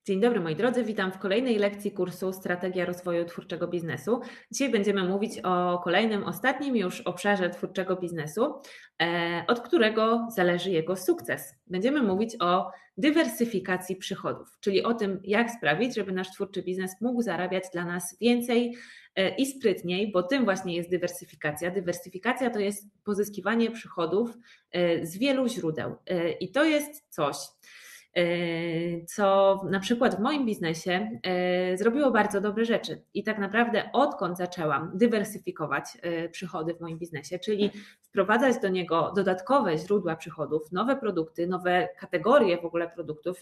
Dzień dobry moi drodzy, witam w kolejnej lekcji kursu Strategia rozwoju twórczego biznesu. Dzisiaj będziemy mówić o kolejnym, ostatnim już obszarze twórczego biznesu, od którego zależy jego sukces. Będziemy mówić o dywersyfikacji przychodów, czyli o tym, jak sprawić, żeby nasz twórczy biznes mógł zarabiać dla nas więcej i sprytniej, bo tym właśnie jest dywersyfikacja. Dywersyfikacja to jest pozyskiwanie przychodów z wielu źródeł i to jest coś, co na przykład w moim biznesie zrobiło bardzo dobre rzeczy. I tak naprawdę odkąd zaczęłam dywersyfikować przychody w moim biznesie, czyli wprowadzać do niego dodatkowe źródła przychodów, nowe produkty, nowe kategorie w ogóle produktów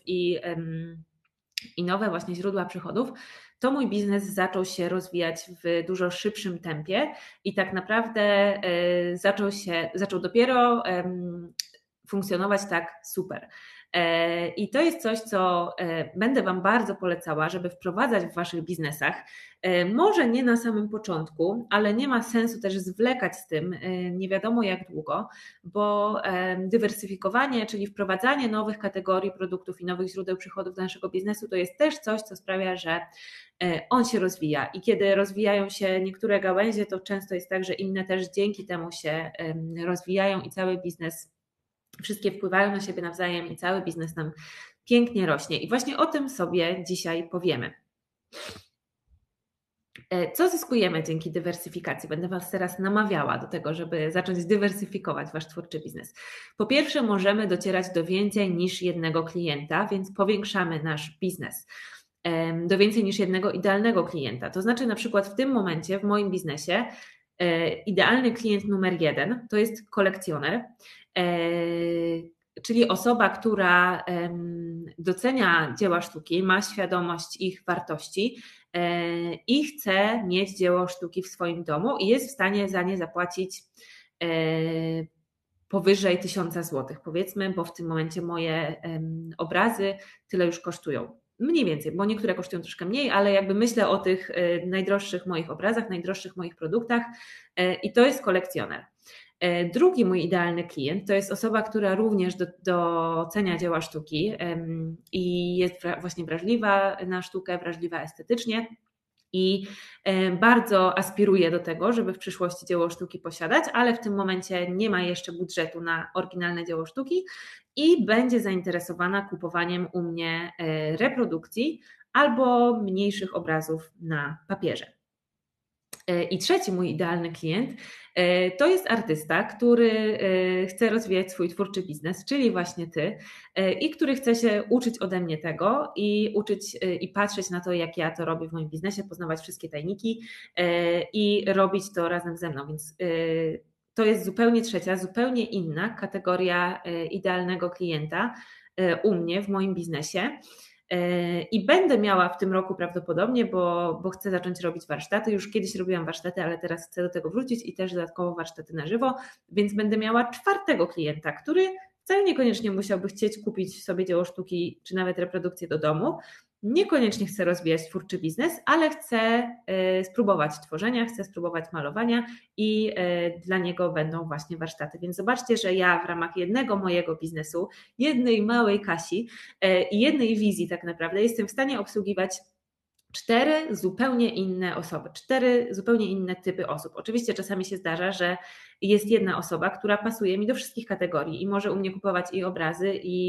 i nowe właśnie źródła przychodów, to mój biznes zaczął się rozwijać w dużo szybszym tempie i tak naprawdę zaczął dopiero funkcjonować tak super. I to jest coś, co będę Wam bardzo polecała, żeby wprowadzać w Waszych biznesach. Może nie na samym początku, ale nie ma sensu też zwlekać z tym nie wiadomo jak długo, bo dywersyfikowanie, czyli wprowadzanie nowych kategorii produktów i nowych źródeł przychodów do naszego biznesu, to jest też coś, co sprawia, że on się rozwija i kiedy rozwijają się niektóre gałęzie, to często jest tak, że inne też dzięki temu się rozwijają i cały biznes, wszystkie wpływają na siebie nawzajem i cały biznes nam pięknie rośnie. I właśnie o tym sobie dzisiaj powiemy. Co zyskujemy dzięki dywersyfikacji? Będę Was teraz namawiała do tego, żeby zacząć dywersyfikować Wasz twórczy biznes. Po pierwsze, możemy docierać do więcej niż jednego klienta, więc powiększamy nasz biznes do więcej niż jednego idealnego klienta. To znaczy na przykład w tym momencie w moim biznesie idealny klient numer 1 to jest kolekcjoner, czyli osoba, która docenia dzieła sztuki, ma świadomość ich wartości i chce mieć dzieło sztuki w swoim domu i jest w stanie za nie zapłacić powyżej 1000 zł, powiedzmy, bo w tym momencie moje obrazy tyle już kosztują. Mniej więcej, bo niektóre kosztują troszkę mniej, ale jakby myślę o tych najdroższych moich obrazach, najdroższych moich produktach i to jest kolekcjoner. Drugi mój idealny klient to jest osoba, która również docenia dzieła sztuki i jest właśnie wrażliwa na sztukę, wrażliwa estetycznie i bardzo aspiruje do tego, żeby w przyszłości dzieło sztuki posiadać, ale w tym momencie nie ma jeszcze budżetu na oryginalne dzieło sztuki i będzie zainteresowana kupowaniem u mnie reprodukcji albo mniejszych obrazów na papierze. I trzeci mój idealny klient to jest artysta, który chce rozwijać swój twórczy biznes, czyli właśnie Ty, i który chce się uczyć ode mnie tego i uczyć i patrzeć na to, jak ja to robię w moim biznesie, poznawać wszystkie tajniki i robić to razem ze mną. Więc to jest zupełnie trzecia, zupełnie inna kategoria idealnego klienta u mnie w moim biznesie. I będę miała w tym roku prawdopodobnie, bo chcę zacząć robić warsztaty. Już kiedyś robiłam warsztaty, ale teraz chcę do tego wrócić i też dodatkowo warsztaty na żywo, więc będę miała czwartego klienta, który wcale niekoniecznie musiałby chcieć kupić sobie dzieło sztuki czy nawet reprodukcję do domu. Niekoniecznie chcę rozwijać twórczy biznes, ale chcę spróbować tworzenia, chcę spróbować malowania i dla niego będą właśnie warsztaty. Więc zobaczcie, że ja w ramach jednego mojego biznesu, jednej małej Kasi i jednej wizji tak naprawdę jestem w stanie obsługiwać 4 zupełnie inne osoby, 4 zupełnie inne typy osób. Oczywiście czasami się zdarza, że jest jedna osoba, która pasuje mi do wszystkich kategorii i może u mnie kupować i obrazy,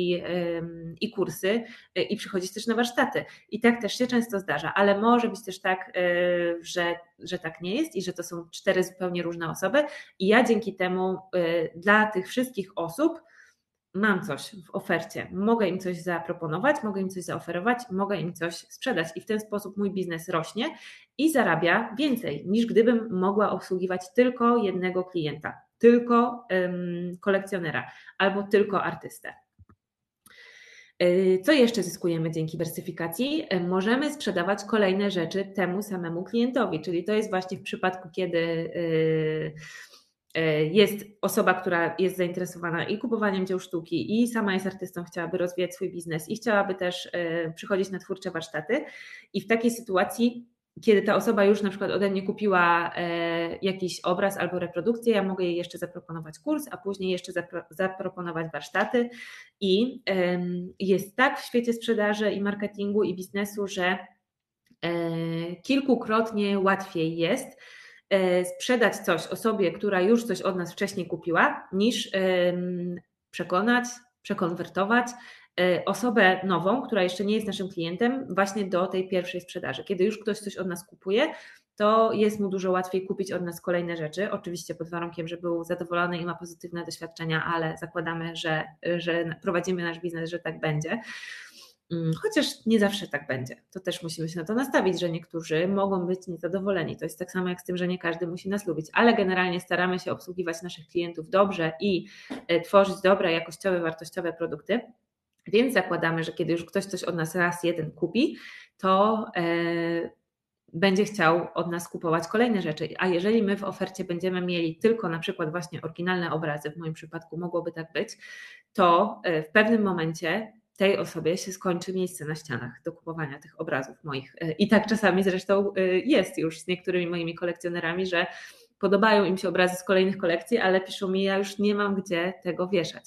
i kursy, i przychodzić też na warsztaty. I tak też się często zdarza, ale może być też tak, że tak nie jest i że to są 4 zupełnie różne osoby i ja dzięki temu dla tych wszystkich osób mam coś w ofercie, mogę im coś zaproponować, mogę im coś zaoferować, mogę im coś sprzedać i w ten sposób mój biznes rośnie i zarabia więcej niż gdybym mogła obsługiwać tylko jednego klienta, tylko kolekcjonera albo tylko artystę. Co jeszcze zyskujemy dzięki dywersyfikacji? Możemy sprzedawać kolejne rzeczy temu samemu klientowi, czyli to jest właśnie w przypadku, kiedy jest osoba, która jest zainteresowana i kupowaniem dzieł sztuki i sama jest artystą, chciałaby rozwijać swój biznes i chciałaby też przychodzić na twórcze warsztaty i w takiej sytuacji kiedy ta osoba już na przykład ode mnie kupiła jakiś obraz albo reprodukcję, ja mogę jej jeszcze zaproponować kurs, a później jeszcze zaproponować warsztaty i jest tak w świecie sprzedaży i marketingu i biznesu, że kilkukrotnie łatwiej jest sprzedać coś osobie, która już coś od nas wcześniej kupiła, niż przekonać, przekonwertować osobę nową, która jeszcze nie jest naszym klientem, właśnie do tej pierwszej sprzedaży. Kiedy już ktoś coś od nas kupuje, to jest mu dużo łatwiej kupić od nas kolejne rzeczy, oczywiście pod warunkiem, że był zadowolony i ma pozytywne doświadczenia, ale zakładamy, że prowadzimy nasz biznes, że tak będzie. Chociaż nie zawsze tak będzie. To też musimy się na to nastawić, że niektórzy mogą być niezadowoleni. To jest tak samo jak z tym, że nie każdy musi nas lubić, ale generalnie staramy się obsługiwać naszych klientów dobrze i tworzyć dobre, jakościowe, wartościowe produkty. Więc zakładamy, że kiedy już ktoś coś od nas raz jeden kupi, to będzie chciał od nas kupować kolejne rzeczy. A jeżeli my w ofercie będziemy mieli tylko na przykład właśnie oryginalne obrazy, w moim przypadku mogłoby tak być, to w pewnym momencie tej osobie się skończy miejsce na ścianach do kupowania tych obrazów moich. I tak czasami zresztą jest już z niektórymi moimi kolekcjonerami, że podobają im się obrazy z kolejnych kolekcji, ale piszą mi, ja już nie mam gdzie tego wieszać.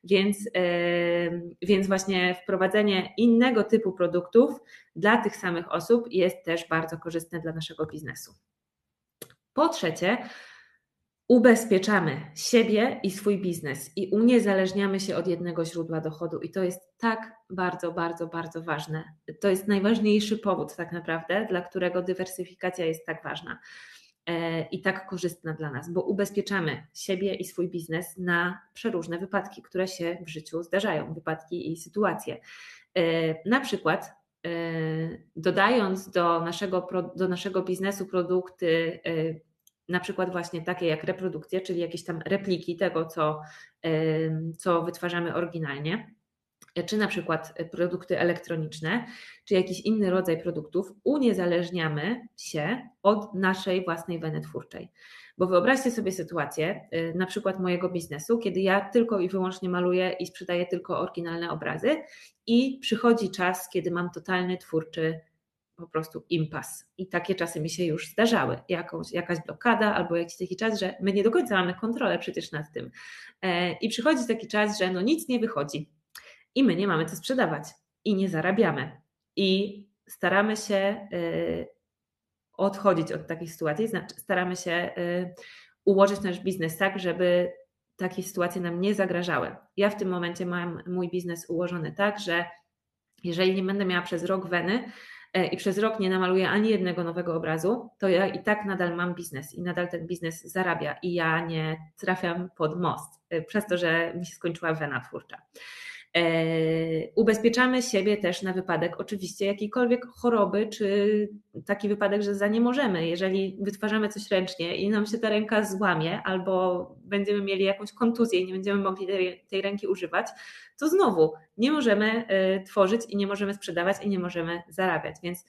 Więc właśnie wprowadzenie innego typu produktów dla tych samych osób jest też bardzo korzystne dla naszego biznesu. Po trzecie, ubezpieczamy siebie i swój biznes i uniezależniamy się od jednego źródła dochodu i to jest tak bardzo, bardzo, bardzo ważne. To jest najważniejszy powód tak naprawdę, dla którego dywersyfikacja jest tak ważna i tak korzystna dla nas, bo ubezpieczamy siebie i swój biznes na przeróżne wypadki, które się w życiu zdarzają, wypadki i sytuacje. Na przykład dodając do naszego biznesu produkty na przykład właśnie takie jak reprodukcje, czyli jakieś tam repliki tego, co wytwarzamy oryginalnie, czy na przykład produkty elektroniczne, czy jakiś inny rodzaj produktów, uniezależniamy się od naszej własnej weny twórczej. Bo wyobraźcie sobie sytuację, na przykład mojego biznesu, kiedy ja tylko i wyłącznie maluję i sprzedaję tylko oryginalne obrazy i przychodzi czas, kiedy mam totalny twórczy po prostu impas. I takie czasy mi się już zdarzały. Jakaś blokada albo jakiś taki czas, że my nie do końca mamy kontrolę przecież nad tym. I przychodzi taki czas, że no nic nie wychodzi. I my nie mamy co sprzedawać i nie zarabiamy. I staramy się odchodzić od takiej sytuacji, znaczy staramy się ułożyć nasz biznes tak, żeby takie sytuacje nam nie zagrażały. Ja w tym momencie mam mój biznes ułożony tak, że jeżeli nie będę miała przez rok weny i przez rok nie namaluję ani jednego nowego obrazu, to ja i tak nadal mam biznes i nadal ten biznes zarabia i ja nie trafiam pod most przez to, że mi się skończyła wena twórcza. Ubezpieczamy siebie też na wypadek oczywiście jakiejkolwiek choroby, czy taki wypadek, że za nie możemy. Jeżeli wytwarzamy coś ręcznie i nam się ta ręka złamie albo będziemy mieli jakąś kontuzję i nie będziemy mogli tej ręki używać, to znowu nie możemy tworzyć i nie możemy sprzedawać i nie możemy zarabiać, więc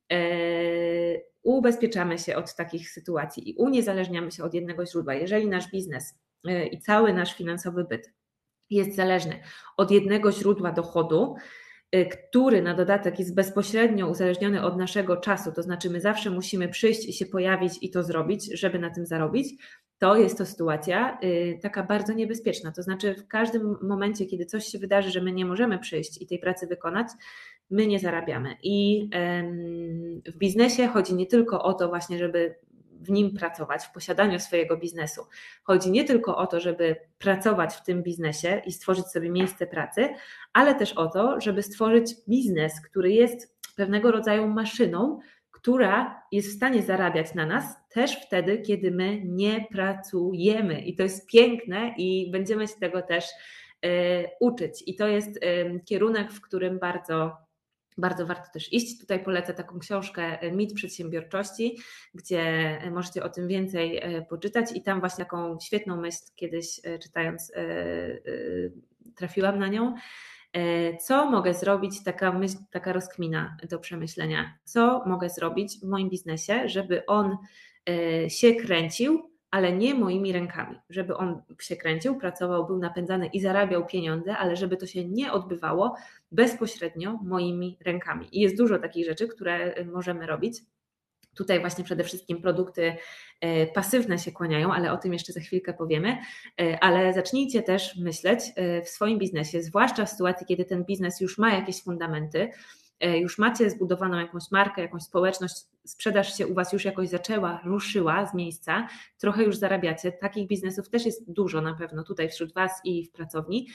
ubezpieczamy się od takich sytuacji i uniezależniamy się od jednego źródła. Jeżeli nasz biznes i cały nasz finansowy byt jest zależny od jednego źródła dochodu, który na dodatek jest bezpośrednio uzależniony od naszego czasu, to znaczy my zawsze musimy przyjść i się pojawić i to zrobić, żeby na tym zarobić, to jest to sytuacja taka bardzo niebezpieczna. To znaczy w każdym momencie, kiedy coś się wydarzy, że my nie możemy przyjść i tej pracy wykonać, my nie zarabiamy. I w biznesie chodzi nie tylko o to właśnie, żeby w nim pracować, w posiadaniu swojego biznesu. Chodzi nie tylko o to, żeby pracować w tym biznesie i stworzyć sobie miejsce pracy, ale też o to, żeby stworzyć biznes, który jest pewnego rodzaju maszyną, która jest w stanie zarabiać na nas też wtedy, kiedy my nie pracujemy. I to jest piękne i będziemy się tego też uczyć. I to jest kierunek, w którym bardzo warto też iść. Tutaj polecę taką książkę Mit przedsiębiorczości, gdzie możecie o tym więcej poczytać i tam właśnie taką świetną myśl kiedyś czytając trafiłam na nią. Co mogę zrobić, taka myśl, taka rozkmina do przemyślenia, co mogę zrobić w moim biznesie, żeby on się kręcił, ale nie moimi rękami, żeby on się kręcił, pracował, był napędzany i zarabiał pieniądze, ale żeby to się nie odbywało bezpośrednio moimi rękami. I jest dużo takich rzeczy, które możemy robić. Tutaj właśnie przede wszystkim produkty pasywne się kłaniają, ale o tym jeszcze za chwilkę powiemy, ale zacznijcie też myśleć w swoim biznesie, zwłaszcza w sytuacji, kiedy ten biznes już ma jakieś fundamenty, już macie zbudowaną jakąś markę, jakąś społeczność, sprzedaż się u Was już jakoś zaczęła, ruszyła z miejsca, trochę już zarabiacie. Takich biznesów też jest dużo na pewno tutaj wśród Was i w pracowni.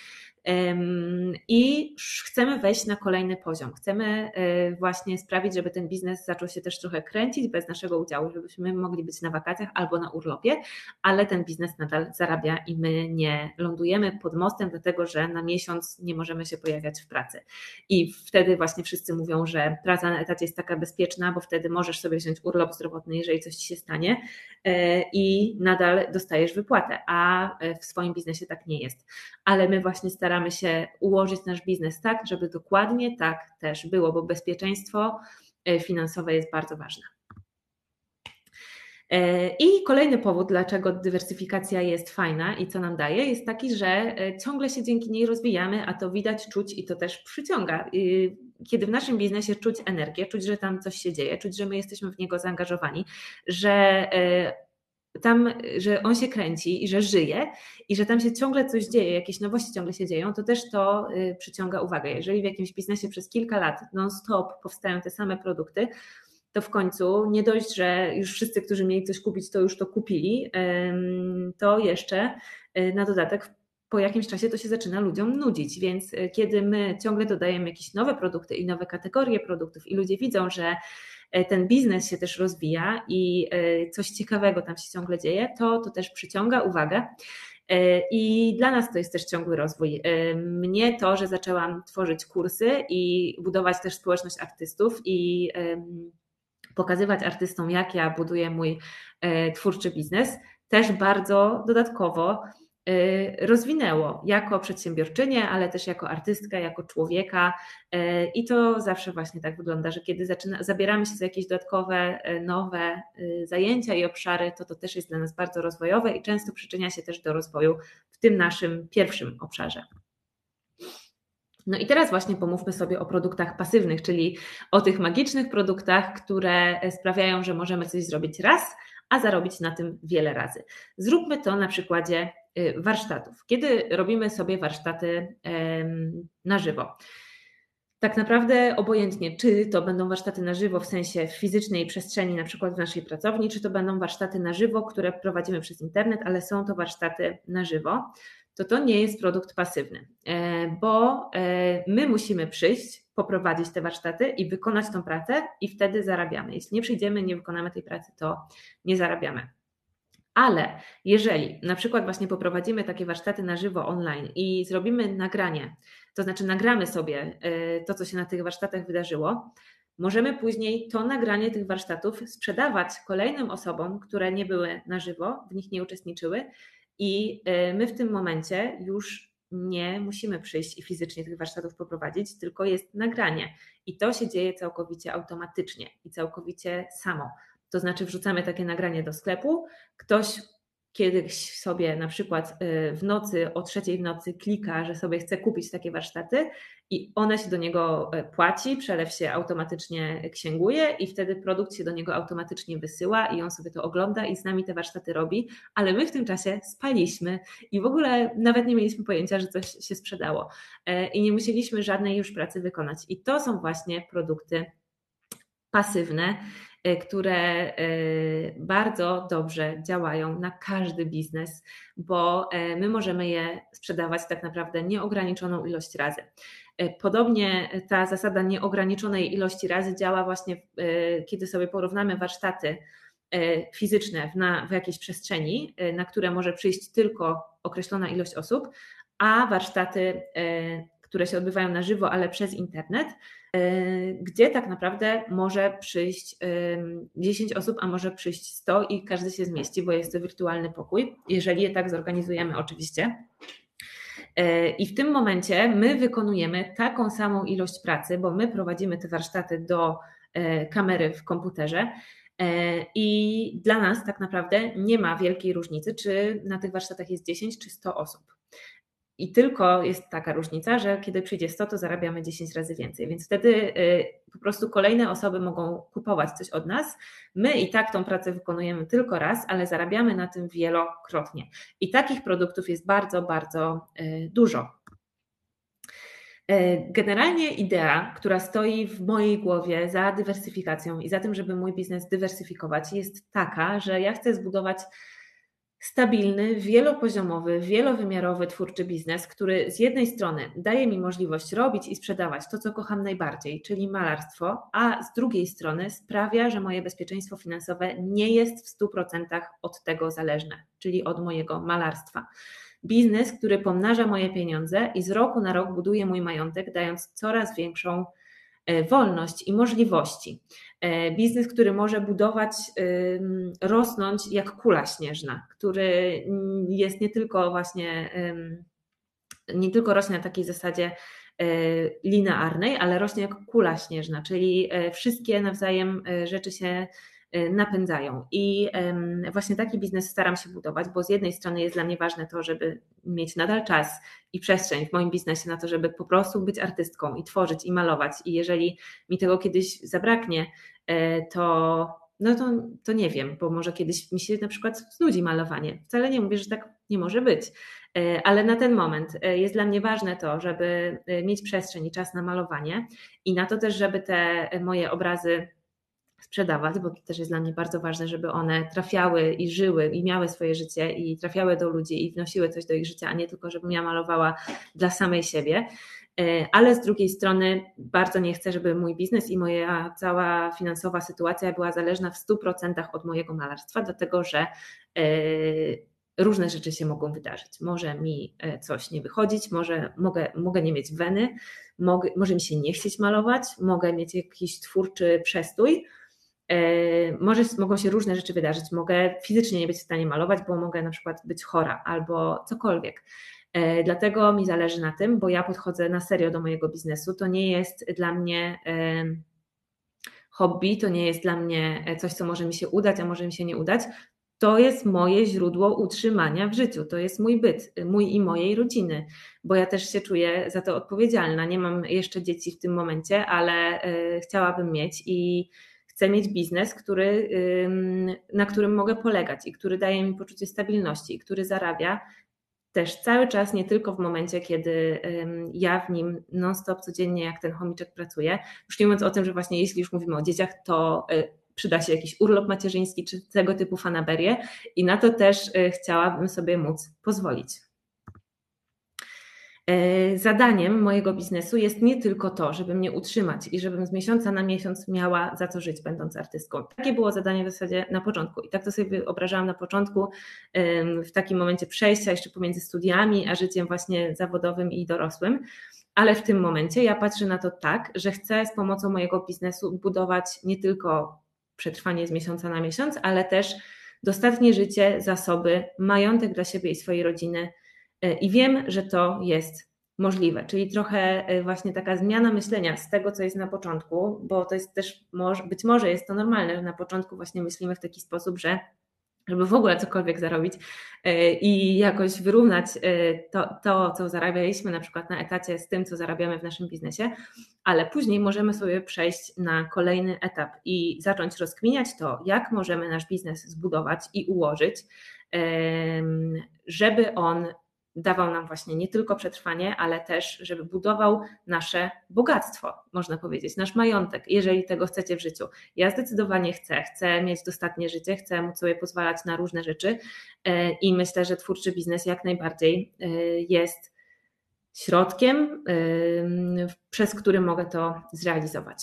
I chcemy wejść na kolejny poziom. Chcemy właśnie sprawić, żeby ten biznes zaczął się też trochę kręcić bez naszego udziału, żebyśmy mogli być na wakacjach albo na urlopie, ale ten biznes nadal zarabia i my nie lądujemy pod mostem, dlatego że na miesiąc nie możemy się pojawiać w pracy. I wtedy właśnie wszyscy mówią, że praca na etacie jest taka bezpieczna, bo wtedy możesz sobie wziąć urlop zdrowotny, jeżeli coś Ci się stanie i nadal dostajesz wypłatę, a w swoim biznesie tak nie jest. Ale my właśnie staramy się ułożyć nasz biznes tak, żeby dokładnie tak też było, bo bezpieczeństwo finansowe jest bardzo ważne. I kolejny powód, dlaczego dywersyfikacja jest fajna i co nam daje, jest taki, że ciągle się dzięki niej rozwijamy, a to widać, czuć i to też przyciąga. Kiedy w naszym biznesie czuć energię, czuć, że tam coś się dzieje, czuć, że my jesteśmy w niego zaangażowani, że on się kręci i że żyje i że tam się ciągle coś dzieje, jakieś nowości ciągle się dzieją, to też to przyciąga uwagę. Jeżeli w jakimś biznesie przez kilka lat non-stop powstają te same produkty, to w końcu nie dość, że już wszyscy, którzy mieli coś kupić, to już to kupili, to jeszcze na dodatek po jakimś czasie to się zaczyna ludziom nudzić, więc kiedy my ciągle dodajemy jakieś nowe produkty i nowe kategorie produktów i ludzie widzą, że ten biznes się też rozwija i coś ciekawego tam się ciągle dzieje, to też przyciąga uwagę. I dla nas to jest też ciągły rozwój. Mnie to, że zaczęłam tworzyć kursy i budować też społeczność artystów i pokazywać artystom, jak ja buduję mój twórczy biznes, też bardzo dodatkowo rozwinęło jako przedsiębiorczynię, ale też jako artystkę, jako człowieka i to zawsze właśnie tak wygląda, że kiedy zabieramy się za jakieś dodatkowe, nowe zajęcia i obszary, to też jest dla nas bardzo rozwojowe i często przyczynia się też do rozwoju w tym naszym pierwszym obszarze. No i teraz właśnie pomówmy sobie o produktach pasywnych, czyli o tych magicznych produktach, które sprawiają, że możemy coś zrobić raz, a zarobić na tym wiele razy. Zróbmy to na przykładzie warsztatów. Kiedy robimy sobie warsztaty na żywo, tak naprawdę obojętnie, czy to będą warsztaty na żywo w sensie fizycznej przestrzeni, na przykład w naszej pracowni, czy to będą warsztaty na żywo, które prowadzimy przez internet, ale są to warsztaty na żywo, to nie jest produkt pasywny, bo my musimy przyjść, poprowadzić te warsztaty i wykonać tą pracę i wtedy zarabiamy. Jeśli nie przyjdziemy, nie wykonamy tej pracy, to nie zarabiamy. Ale jeżeli na przykład właśnie poprowadzimy takie warsztaty na żywo online i zrobimy nagranie, to znaczy nagramy sobie to, co się na tych warsztatach wydarzyło, możemy później to nagranie tych warsztatów sprzedawać kolejnym osobom, które nie były na żywo, w nich nie uczestniczyły i my w tym momencie już nie musimy przyjść i fizycznie tych warsztatów poprowadzić, tylko jest nagranie i to się dzieje całkowicie automatycznie i całkowicie samo. To znaczy wrzucamy takie nagranie do sklepu, ktoś kiedyś sobie na przykład w nocy, o 3:00 w nocy klika, że sobie chce kupić takie warsztaty i one się do niego płaci, przelew się automatycznie księguje i wtedy produkt się do niego automatycznie wysyła i on sobie to ogląda i z nami te warsztaty robi, ale my w tym czasie spaliśmy i w ogóle nawet nie mieliśmy pojęcia, że coś się sprzedało i nie musieliśmy żadnej już pracy wykonać. I to są właśnie produkty pasywne, które bardzo dobrze działają na każdy biznes, bo my możemy je sprzedawać tak naprawdę nieograniczoną ilość razy. Podobnie ta zasada nieograniczonej ilości razy działa właśnie, kiedy sobie porównamy warsztaty fizyczne w jakiejś przestrzeni, na które może przyjść tylko określona ilość osób, a warsztaty, które się odbywają na żywo, ale przez internet, gdzie tak naprawdę może przyjść 10 osób, a może przyjść 100 i każdy się zmieści, bo jest to wirtualny pokój, jeżeli je tak zorganizujemy oczywiście. I w tym momencie my wykonujemy taką samą ilość pracy, bo my prowadzimy te warsztaty do kamery w komputerze i dla nas tak naprawdę nie ma wielkiej różnicy, czy na tych warsztatach jest 10 czy 100 osób. I tylko jest taka różnica, że kiedy przyjdzie 100, to zarabiamy 10 razy więcej. Więc wtedy Po prostu kolejne osoby mogą kupować coś od nas. My i tak tą pracę wykonujemy tylko raz, ale zarabiamy na tym wielokrotnie. I takich produktów jest bardzo, bardzo dużo. Generalnie idea, która stoi w mojej głowie za dywersyfikacją i za tym, żeby mój biznes dywersyfikować, jest taka, że ja chcę zbudować stabilny, wielopoziomowy, wielowymiarowy, twórczy biznes, który z jednej strony daje mi możliwość robić i sprzedawać to, co kocham najbardziej, czyli malarstwo, a z drugiej strony sprawia, że moje bezpieczeństwo finansowe nie jest w 100% od tego zależne, czyli od mojego malarstwa. Biznes, który pomnaża moje pieniądze i z roku na rok buduje mój majątek, dając coraz większą wolność i możliwości. Biznes, który może budować, rosnąć jak kula śnieżna, który jest nie tylko rośnie na takiej zasadzie linearnej, ale rośnie jak kula śnieżna, czyli wszystkie nawzajem rzeczy się napędzają. I właśnie taki biznes staram się budować, bo z jednej strony jest dla mnie ważne to, żeby mieć nadal czas i przestrzeń w moim biznesie na to, żeby po prostu być artystką i tworzyć i malować. I jeżeli mi tego kiedyś zabraknie, to nie wiem, bo może kiedyś mi się na przykład znudzi malowanie. Wcale nie mówię, że tak nie może być, ale na ten moment jest dla mnie ważne to, żeby mieć przestrzeń i czas na malowanie i na to też, żeby te moje obrazy sprzedawać, bo to też jest dla mnie bardzo ważne, żeby one trafiały i żyły i miały swoje życie i trafiały do ludzi i wnosiły coś do ich życia, a nie tylko, żebym ja malowała dla samej siebie. Ale z drugiej strony bardzo nie chcę, żeby mój biznes i moja cała finansowa sytuacja była zależna w 100% od mojego malarstwa, dlatego że różne rzeczy się mogą wydarzyć. Może mi coś nie wychodzić, mogę nie mieć weny, może mi się nie chcieć malować, mogę mieć jakiś twórczy przestój. Mogą się różne rzeczy wydarzyć. Mogę fizycznie nie być w stanie malować, bo mogę na przykład być chora albo cokolwiek. Dlatego mi zależy na tym, bo ja podchodzę na serio do mojego biznesu. To nie jest dla mnie hobby, to nie jest dla mnie coś, co może mi się udać, a może mi się nie udać. To jest moje źródło utrzymania w życiu, to jest mój byt, mój i mojej rodziny, bo ja też się czuję za to odpowiedzialna. Nie mam jeszcze dzieci w tym momencie, ale chciałabym mieć i chcę mieć biznes, na którym mogę polegać i który daje mi poczucie stabilności i który zarabia też cały czas, nie tylko w momencie, kiedy ja w nim non-stop codziennie jak ten chomiczek pracuję. Już nie mówiąc o tym, że właśnie jeśli już mówimy o dzieciach, to przyda się jakiś urlop macierzyński czy tego typu fanaberie i na to też chciałabym sobie móc pozwolić. Zadaniem mojego biznesu jest nie tylko to, żeby mnie utrzymać i żebym z miesiąca na miesiąc miała za co żyć, będąc artystką. Takie było zadanie w zasadzie na początku i tak to sobie wyobrażałam na początku, w takim momencie przejścia jeszcze pomiędzy studiami a życiem właśnie zawodowym i dorosłym. Ale w tym momencie ja patrzę na to tak, że chcę z pomocą mojego biznesu budować nie tylko przetrwanie z miesiąca na miesiąc, ale też dostatnie życie, zasoby, majątek dla siebie i swojej rodziny. I wiem, że to jest możliwe, czyli trochę właśnie taka zmiana myślenia z tego, co jest na początku, bo to jest też, być może jest to normalne, że na początku właśnie myślimy w taki sposób, że żeby w ogóle cokolwiek zarobić i jakoś wyrównać to, co zarabialiśmy na przykład na etacie z tym, co zarabiamy w naszym biznesie, ale później możemy sobie przejść na kolejny etap i zacząć rozkminiać to, jak możemy nasz biznes zbudować i ułożyć, żeby on dawał nam właśnie nie tylko przetrwanie, ale też, żeby budował nasze bogactwo, można powiedzieć, nasz majątek, jeżeli tego chcecie w życiu. Ja zdecydowanie chcę mieć dostatnie życie, chcę móc sobie pozwalać na różne rzeczy i myślę, że twórczy biznes jak najbardziej jest środkiem, przez który mogę to zrealizować.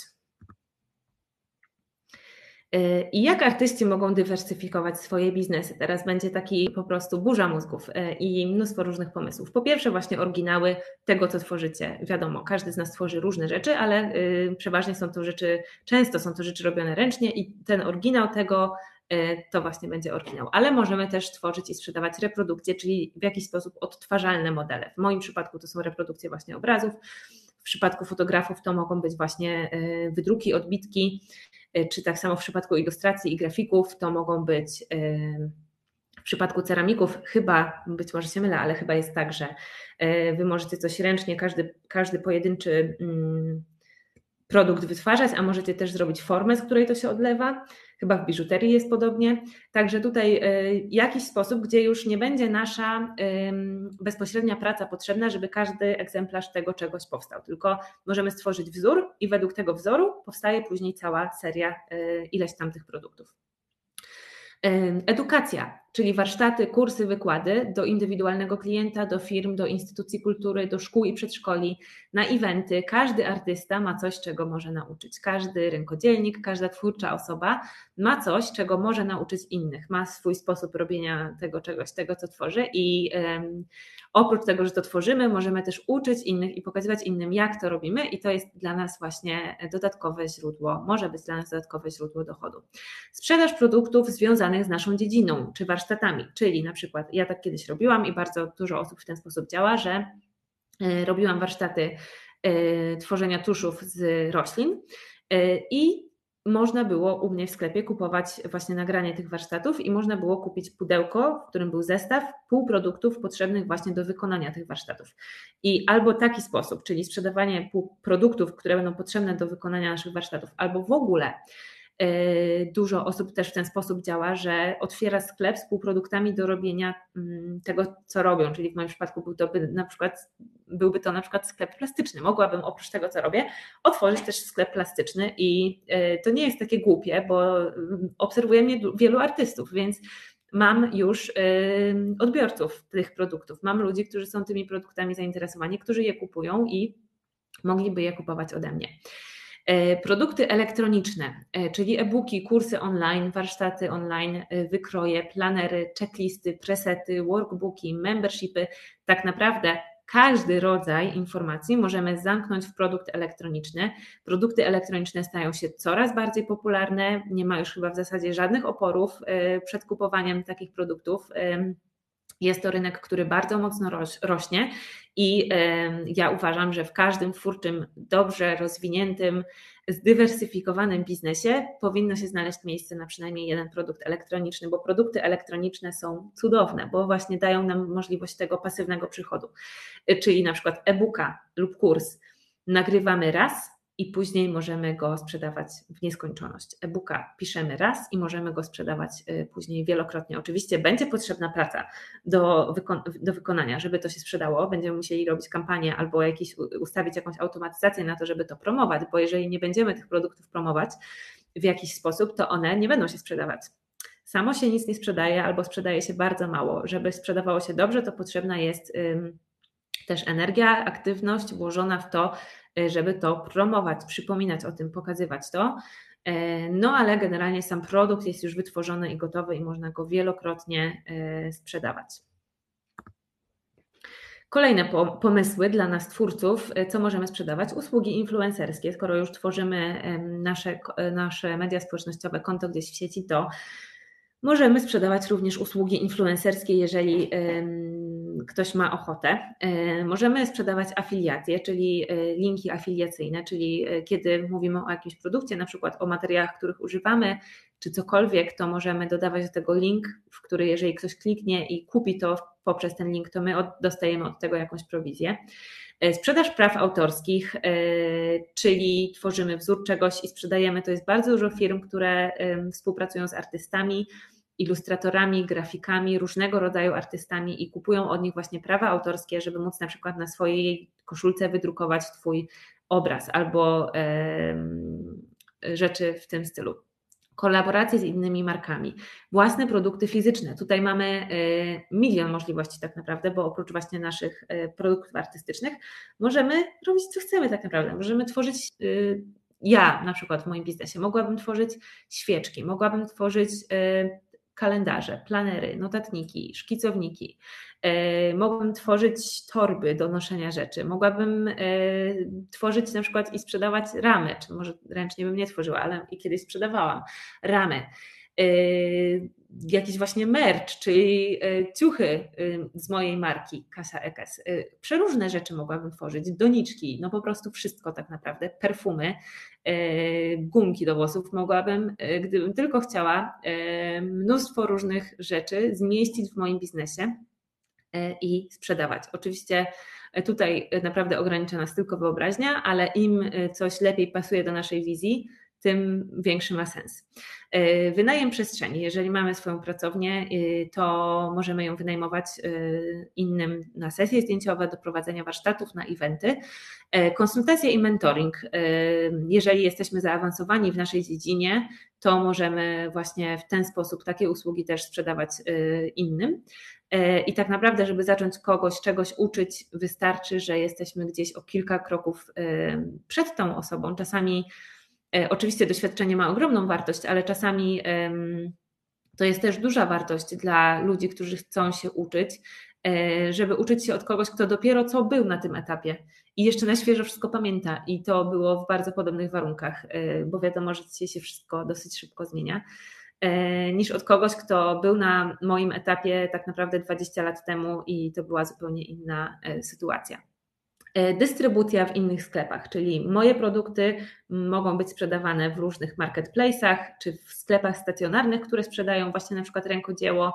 I jak artyści mogą dywersyfikować swoje biznesy? Teraz będzie taki po prostu burza mózgów i mnóstwo różnych pomysłów. Po pierwsze właśnie oryginały tego, co tworzycie. Wiadomo, każdy z nas tworzy różne rzeczy, ale przeważnie często są to rzeczy robione ręcznie i ten oryginał tego to właśnie będzie oryginał. Ale możemy też tworzyć i sprzedawać reprodukcje, czyli w jakiś sposób odtwarzalne modele. W moim przypadku to są reprodukcje właśnie obrazów. W przypadku fotografów to mogą być właśnie wydruki, odbitki, czy tak samo w przypadku ilustracji i grafików to mogą być, w przypadku ceramików chyba, być może się mylę, ale chyba jest tak, że wy możecie coś ręcznie, każdy pojedynczy produkt wytwarzać, a możecie też zrobić formę, z której to się odlewa. Chyba w biżuterii jest podobnie. Także tutaj jakiś sposób, gdzie już nie będzie nasza bezpośrednia praca potrzebna, żeby każdy egzemplarz tego czegoś powstał, tylko możemy stworzyć wzór i według tego wzoru powstaje później cała seria ileś tam tych produktów. Edukacja, czyli warsztaty, kursy, wykłady do indywidualnego klienta, do firm, do instytucji kultury, do szkół i przedszkoli, na eventy. Każdy artysta ma coś, czego może nauczyć. Każdy rękodzielnik, każda twórcza osoba ma coś, czego może nauczyć innych. Ma swój sposób robienia tego czegoś, tego co tworzy i oprócz tego, że to tworzymy, możemy też uczyć innych i pokazywać innym, jak to robimy i to jest dla nas właśnie dodatkowe źródło, może być dla nas dodatkowe źródło dochodu. Sprzedaż produktów związanych z naszą dziedziną, czy warsztatami, czyli na przykład ja tak kiedyś robiłam i bardzo dużo osób w ten sposób działa, że robiłam warsztaty tworzenia tuszów z roślin i można było u mnie w sklepie kupować właśnie nagranie tych warsztatów i można było kupić pudełko, w którym był zestaw półproduktów potrzebnych właśnie do wykonania tych warsztatów. I albo taki sposób, czyli sprzedawanie półproduktów, które będą potrzebne do wykonania naszych warsztatów, albo w ogóle dużo osób też w ten sposób działa, że otwiera sklep z półproduktami do robienia tego, co robią, czyli w moim przypadku byłby to na przykład sklep plastyczny. Mogłabym oprócz tego, co robię, otworzyć też sklep plastyczny i to nie jest takie głupie, bo obserwuje mnie wielu artystów, więc mam już odbiorców tych produktów, mam ludzi, którzy są tymi produktami zainteresowani, którzy je kupują i mogliby je kupować ode mnie. Produkty elektroniczne, czyli e-booki, kursy online, warsztaty online, wykroje, planery, checklisty, presety, workbooki, membershipy. Tak naprawdę każdy rodzaj informacji możemy zamknąć w produkt elektroniczny. Produkty elektroniczne stają się coraz bardziej popularne, nie ma już chyba w zasadzie żadnych oporów przed kupowaniem takich produktów. Jest to rynek, który bardzo mocno rośnie i ja uważam, że w każdym twórczym, dobrze rozwiniętym, zdywersyfikowanym biznesie powinno się znaleźć miejsce na przynajmniej jeden produkt elektroniczny, bo produkty elektroniczne są cudowne, bo właśnie dają nam możliwość tego pasywnego przychodu, czyli na przykład e-booka lub kurs nagrywamy raz i później możemy go sprzedawać w nieskończoność. E-booka piszemy raz i możemy go sprzedawać później wielokrotnie. Oczywiście będzie potrzebna praca do wykonania, żeby to się sprzedało. Będziemy musieli robić kampanię albo ustawić jakąś automatyzację na to, żeby to promować, bo jeżeli nie będziemy tych produktów promować w jakiś sposób, to one nie będą się sprzedawać. Samo się nic nie sprzedaje albo sprzedaje się bardzo mało. Żeby sprzedawało się dobrze, to potrzebna jest też energia, aktywność włożona w to, żeby to promować, przypominać o tym, pokazywać to. No ale generalnie sam produkt jest już wytworzony i gotowy i można go wielokrotnie sprzedawać. Kolejne pomysły dla nas twórców, co możemy sprzedawać? Usługi influencerskie. Skoro już tworzymy nasze media społecznościowe, konto gdzieś w sieci, to możemy sprzedawać również usługi influencerskie, jeżeli ktoś ma ochotę. Możemy sprzedawać afiliacje, czyli linki afiliacyjne, czyli kiedy mówimy o jakimś produkcie, na przykład o materiałach, których używamy, czy cokolwiek, to możemy dodawać do tego link, w który jeżeli ktoś kliknie i kupi to poprzez ten link, to my dostajemy od tego jakąś prowizję. Sprzedaż praw autorskich, czyli tworzymy wzór czegoś i sprzedajemy. To jest bardzo dużo firm, które współpracują z artystami, ilustratorami, grafikami, różnego rodzaju artystami i kupują od nich właśnie prawa autorskie, żeby móc na przykład na swojej koszulce wydrukować Twój obraz albo rzeczy w tym stylu. Kolaboracje z innymi markami, własne produkty fizyczne. Tutaj mamy milion możliwości tak naprawdę, bo oprócz właśnie naszych produktów artystycznych możemy robić co chcemy tak naprawdę. Możemy tworzyć, ja na przykład w moim biznesie mogłabym tworzyć świeczki, mogłabym tworzyć kalendarze, planery, notatniki, szkicowniki. Mogłabym tworzyć torby do noszenia rzeczy, mogłabym tworzyć na przykład i sprzedawać ramy, czy może ręcznie bym nie tworzyła, ale i kiedyś sprzedawałam ramy. Jakiś właśnie merch, czyli ciuchy z mojej marki Kasia Ekes. Przeróżne rzeczy mogłabym tworzyć, doniczki, no po prostu wszystko tak naprawdę, perfumy, gumki do włosów mogłabym, gdybym tylko chciała, mnóstwo różnych rzeczy zmieścić w moim biznesie i sprzedawać. Oczywiście tutaj naprawdę ogranicza nas tylko wyobraźnia, ale im coś lepiej pasuje do naszej wizji, tym większy ma sens. Wynajem przestrzeni. Jeżeli mamy swoją pracownię, to możemy ją wynajmować innym na sesje zdjęciowe, do prowadzenia warsztatów, na eventy. Konsultacje i mentoring. Jeżeli jesteśmy zaawansowani w naszej dziedzinie, to możemy właśnie w ten sposób takie usługi też sprzedawać innym. I tak naprawdę, żeby zacząć kogoś czegoś uczyć, wystarczy, że jesteśmy gdzieś o kilka kroków przed tą osobą. Czasami oczywiście doświadczenie ma ogromną wartość, ale czasami to jest też duża wartość dla ludzi, którzy chcą się uczyć, żeby uczyć się od kogoś, kto dopiero co był na tym etapie i jeszcze na świeżo wszystko pamięta i to było w bardzo podobnych warunkach, bo wiadomo, że dzisiaj się wszystko dosyć szybko zmienia, niż od kogoś, kto był na moim etapie tak naprawdę 20 lat temu i to była zupełnie inna sytuacja. Dystrybucja w innych sklepach, czyli moje produkty mogą być sprzedawane w różnych marketplace'ach czy w sklepach stacjonarnych, które sprzedają właśnie na przykład rękodzieło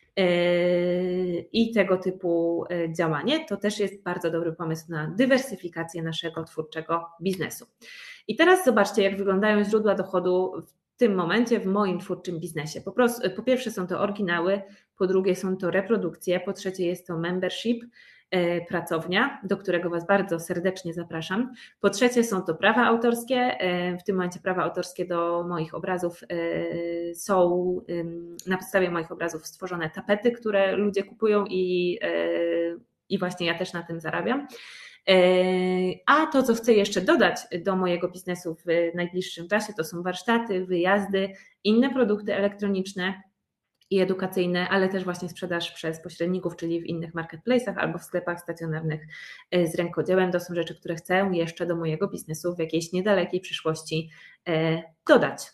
i tego typu działanie. To też jest bardzo dobry pomysł na dywersyfikację naszego twórczego biznesu. I teraz zobaczcie, jak wyglądają źródła dochodu w tym momencie w moim twórczym biznesie. Po pierwsze są to oryginały, po drugie są to reprodukcje, po trzecie jest to membership, pracownia, do którego Was bardzo serdecznie zapraszam. Po trzecie są to prawa autorskie. W tym momencie prawa autorskie do moich obrazów są na podstawie moich obrazów stworzone tapety, które ludzie kupują i właśnie ja też na tym zarabiam. A to, co chcę jeszcze dodać do mojego biznesu w najbliższym czasie, to są warsztaty, wyjazdy, inne produkty elektroniczne i edukacyjne, ale też właśnie sprzedaż przez pośredników, czyli w innych marketplace'ach albo w sklepach stacjonarnych z rękodziełem. To są rzeczy, które chcę jeszcze do mojego biznesu w jakiejś niedalekiej przyszłości dodać.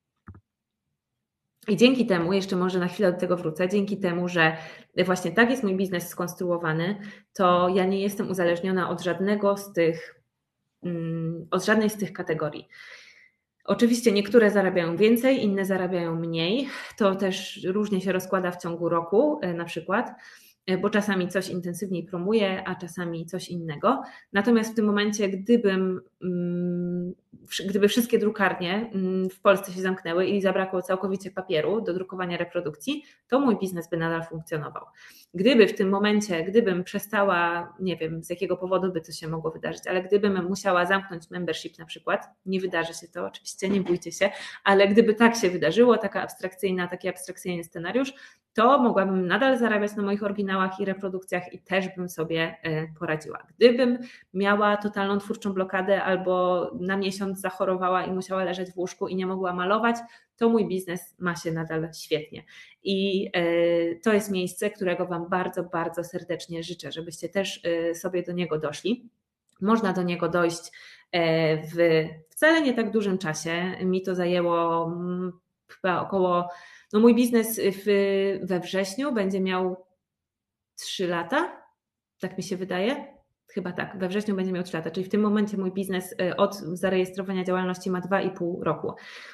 I dzięki temu, jeszcze może na chwilę do tego wrócę, dzięki temu, że właśnie tak jest mój biznes skonstruowany, to ja nie jestem uzależniona od żadnej z tych kategorii. Oczywiście niektóre zarabiają więcej, inne zarabiają mniej. To też różnie się rozkłada w ciągu roku na przykład, bo czasami coś intensywniej promuję, a czasami coś innego. Natomiast w tym momencie, gdyby wszystkie drukarnie w Polsce się zamknęły i zabrakło całkowicie papieru do drukowania reprodukcji, to mój biznes by nadal funkcjonował. Gdybym przestała, nie wiem z jakiego powodu by to się mogło wydarzyć, ale gdybym musiała zamknąć membership na przykład, nie wydarzy się to oczywiście, nie bójcie się, ale gdyby tak się wydarzyło, taki abstrakcyjny scenariusz, to mogłabym nadal zarabiać na moich oryginałach i reprodukcjach i też bym sobie poradziła. Gdybym miała totalną twórczą blokadę albo na miesiąc zachorowała i musiała leżeć w łóżku i nie mogła malować, to mój biznes ma się nadal świetnie. I to jest miejsce, którego Wam bardzo, bardzo serdecznie życzę, żebyście też sobie do niego doszli. Można do niego dojść w wcale nie tak dużym czasie. Mi to zajęło chyba około, mój biznes we wrześniu będzie miał 3 lata, tak mi się wydaje. Chyba tak, we wrześniu będzie miał 3 lata, czyli w tym momencie mój biznes od zarejestrowania działalności ma 2,5 roku.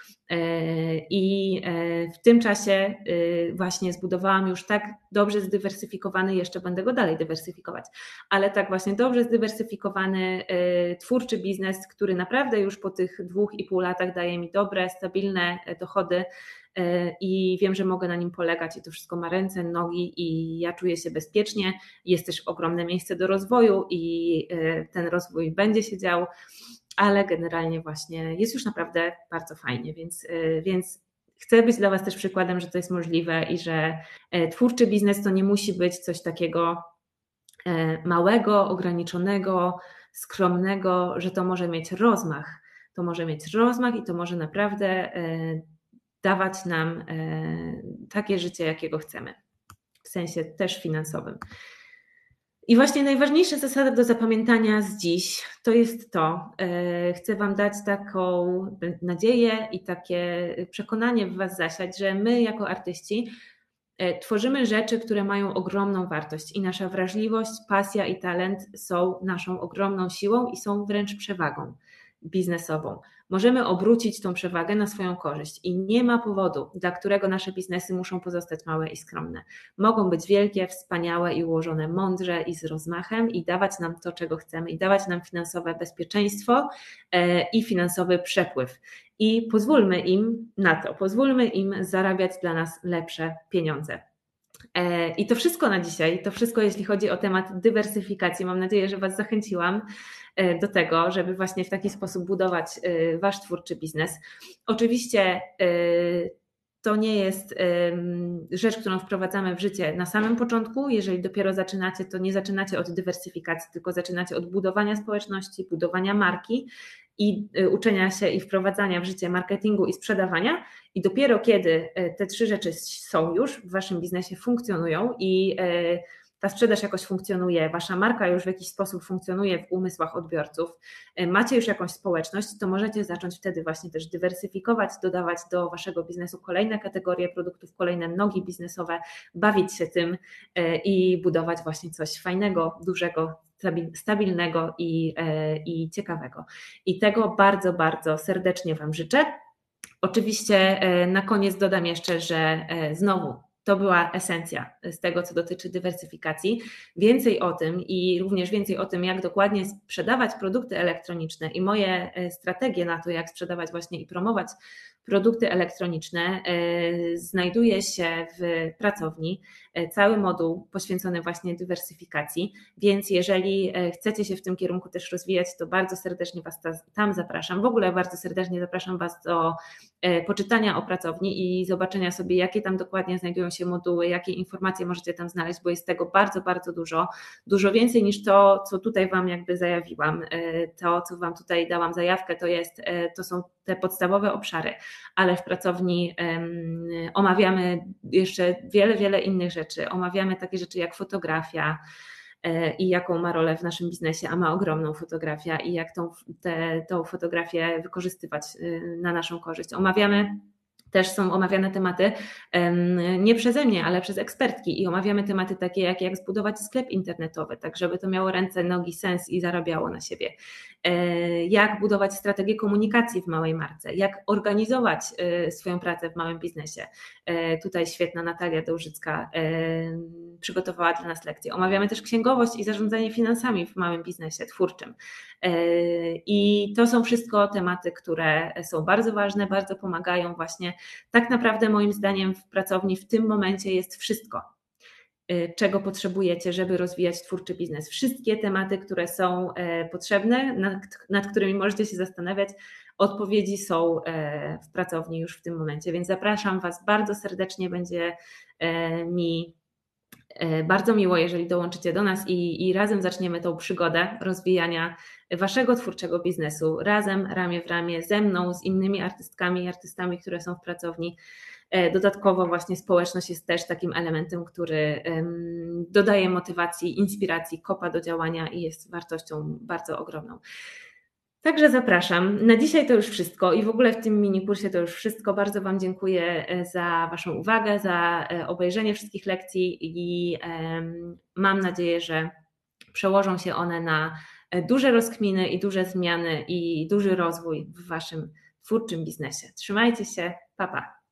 I w tym czasie właśnie zbudowałam już tak dobrze zdywersyfikowany, jeszcze będę go dalej dywersyfikować, ale tak właśnie dobrze zdywersyfikowany twórczy biznes, który naprawdę już po tych 2,5 latach daje mi dobre, stabilne dochody i wiem, że mogę na nim polegać i to wszystko ma ręce, nogi i ja czuję się bezpiecznie. Jest też ogromne miejsce do rozwoju i ten rozwój będzie się dział, ale generalnie właśnie jest już naprawdę bardzo fajnie, więc chcę być dla Was też przykładem, że to jest możliwe i że twórczy biznes to nie musi być coś takiego małego, ograniczonego, skromnego, że to może mieć rozmach. To może mieć rozmach i to może naprawdę dawać nam takie życie, jakiego chcemy, w sensie też finansowym. I właśnie najważniejsza zasada do zapamiętania z dziś to jest to, chcę Wam dać taką nadzieję i takie przekonanie w Was zasiać, że my jako artyści tworzymy rzeczy, które mają ogromną wartość i nasza wrażliwość, pasja i talent są naszą ogromną siłą i są wręcz przewagą biznesową. możemy obrócić tą przewagę na swoją korzyść i nie ma powodu, dla którego nasze biznesy muszą pozostać małe i skromne. Mogą być wielkie, wspaniałe i ułożone mądrze i z rozmachem i dawać nam to, czego chcemy i dawać nam finansowe bezpieczeństwo i finansowy przepływ. I pozwólmy im na to, pozwólmy im zarabiać dla nas lepsze pieniądze. I to wszystko na dzisiaj, to wszystko jeśli chodzi o temat dywersyfikacji. Mam nadzieję, że Was zachęciłam do tego, żeby właśnie w taki sposób budować Wasz twórczy biznes. Oczywiście to nie jest rzecz, którą wprowadzamy w życie na samym początku. Jeżeli dopiero zaczynacie, to nie zaczynacie od dywersyfikacji, tylko zaczynacie od budowania społeczności, budowania marki i uczenia się i wprowadzania w życie marketingu i sprzedawania. I dopiero kiedy te 3 rzeczy są już w Waszym biznesie, funkcjonują i ta sprzedaż jakoś funkcjonuje, Wasza marka już w jakiś sposób funkcjonuje w umysłach odbiorców, macie już jakąś społeczność, to możecie zacząć wtedy właśnie też dywersyfikować, dodawać do Waszego biznesu kolejne kategorie produktów, kolejne nogi biznesowe, bawić się tym i budować właśnie coś fajnego, dużego, stabilnego i ciekawego. I tego bardzo, bardzo serdecznie Wam życzę. Oczywiście na koniec dodam jeszcze, że znowu to była esencja z tego, co dotyczy dywersyfikacji. Więcej o tym i również więcej o tym, jak dokładnie sprzedawać produkty elektroniczne i moje strategie na to, jak sprzedawać właśnie i promować produkty elektroniczne, znajduje się w pracowni. Cały moduł poświęcony właśnie dywersyfikacji, więc jeżeli chcecie się w tym kierunku też rozwijać, to bardzo serdecznie Was tam zapraszam. W ogóle bardzo serdecznie zapraszam Was do poczytania o pracowni i zobaczenia sobie, jakie tam dokładnie znajdują się moduły, jakie informacje możecie tam znaleźć, bo jest tego bardzo, bardzo dużo. Dużo więcej niż to, co tutaj Wam jakby zajawiłam. To, co Wam tutaj dałam zajawkę, to są te podstawowe obszary, ale w pracowni omawiamy jeszcze wiele, wiele innych rzeczy. Omawiamy takie rzeczy jak fotografia i jaką ma rolę w naszym biznesie, a ma ogromną fotografia i jak tą fotografię wykorzystywać na naszą korzyść. Też są omawiane tematy nie przeze mnie, ale przez ekspertki i omawiamy tematy takie jak zbudować sklep internetowy, tak żeby to miało ręce, nogi, sens i zarabiało na siebie. Jak budować strategię komunikacji w małej marce, jak organizować swoją pracę w małym biznesie. Tutaj świetna Natalia Dołżycka przygotowała dla nas lekcję. Omawiamy też księgowość i zarządzanie finansami w małym biznesie twórczym. I to są wszystko tematy, które są bardzo ważne, bardzo pomagają właśnie. Tak naprawdę moim zdaniem w pracowni w tym momencie jest wszystko, czego potrzebujecie, żeby rozwijać twórczy biznes. Wszystkie tematy, które są potrzebne, nad którymi możecie się zastanawiać, odpowiedzi są w pracowni już w tym momencie, więc zapraszam Was bardzo serdecznie, będzie mi bardzo miło, jeżeli dołączycie do nas i razem zaczniemy tą przygodę rozwijania Waszego twórczego biznesu, razem, ramię w ramię, ze mną, z innymi artystkami i artystami, które są w pracowni. Dodatkowo właśnie społeczność jest też takim elementem, który dodaje motywacji, inspiracji, kopa do działania i jest wartością bardzo ogromną. Także zapraszam. Na dzisiaj to już wszystko i w ogóle w tym mini kursie to już wszystko. Bardzo Wam dziękuję za Waszą uwagę, za obejrzenie wszystkich lekcji i mam nadzieję, że przełożą się one na duże rozkminy i duże zmiany i duży rozwój w Waszym twórczym biznesie. Trzymajcie się, pa pa.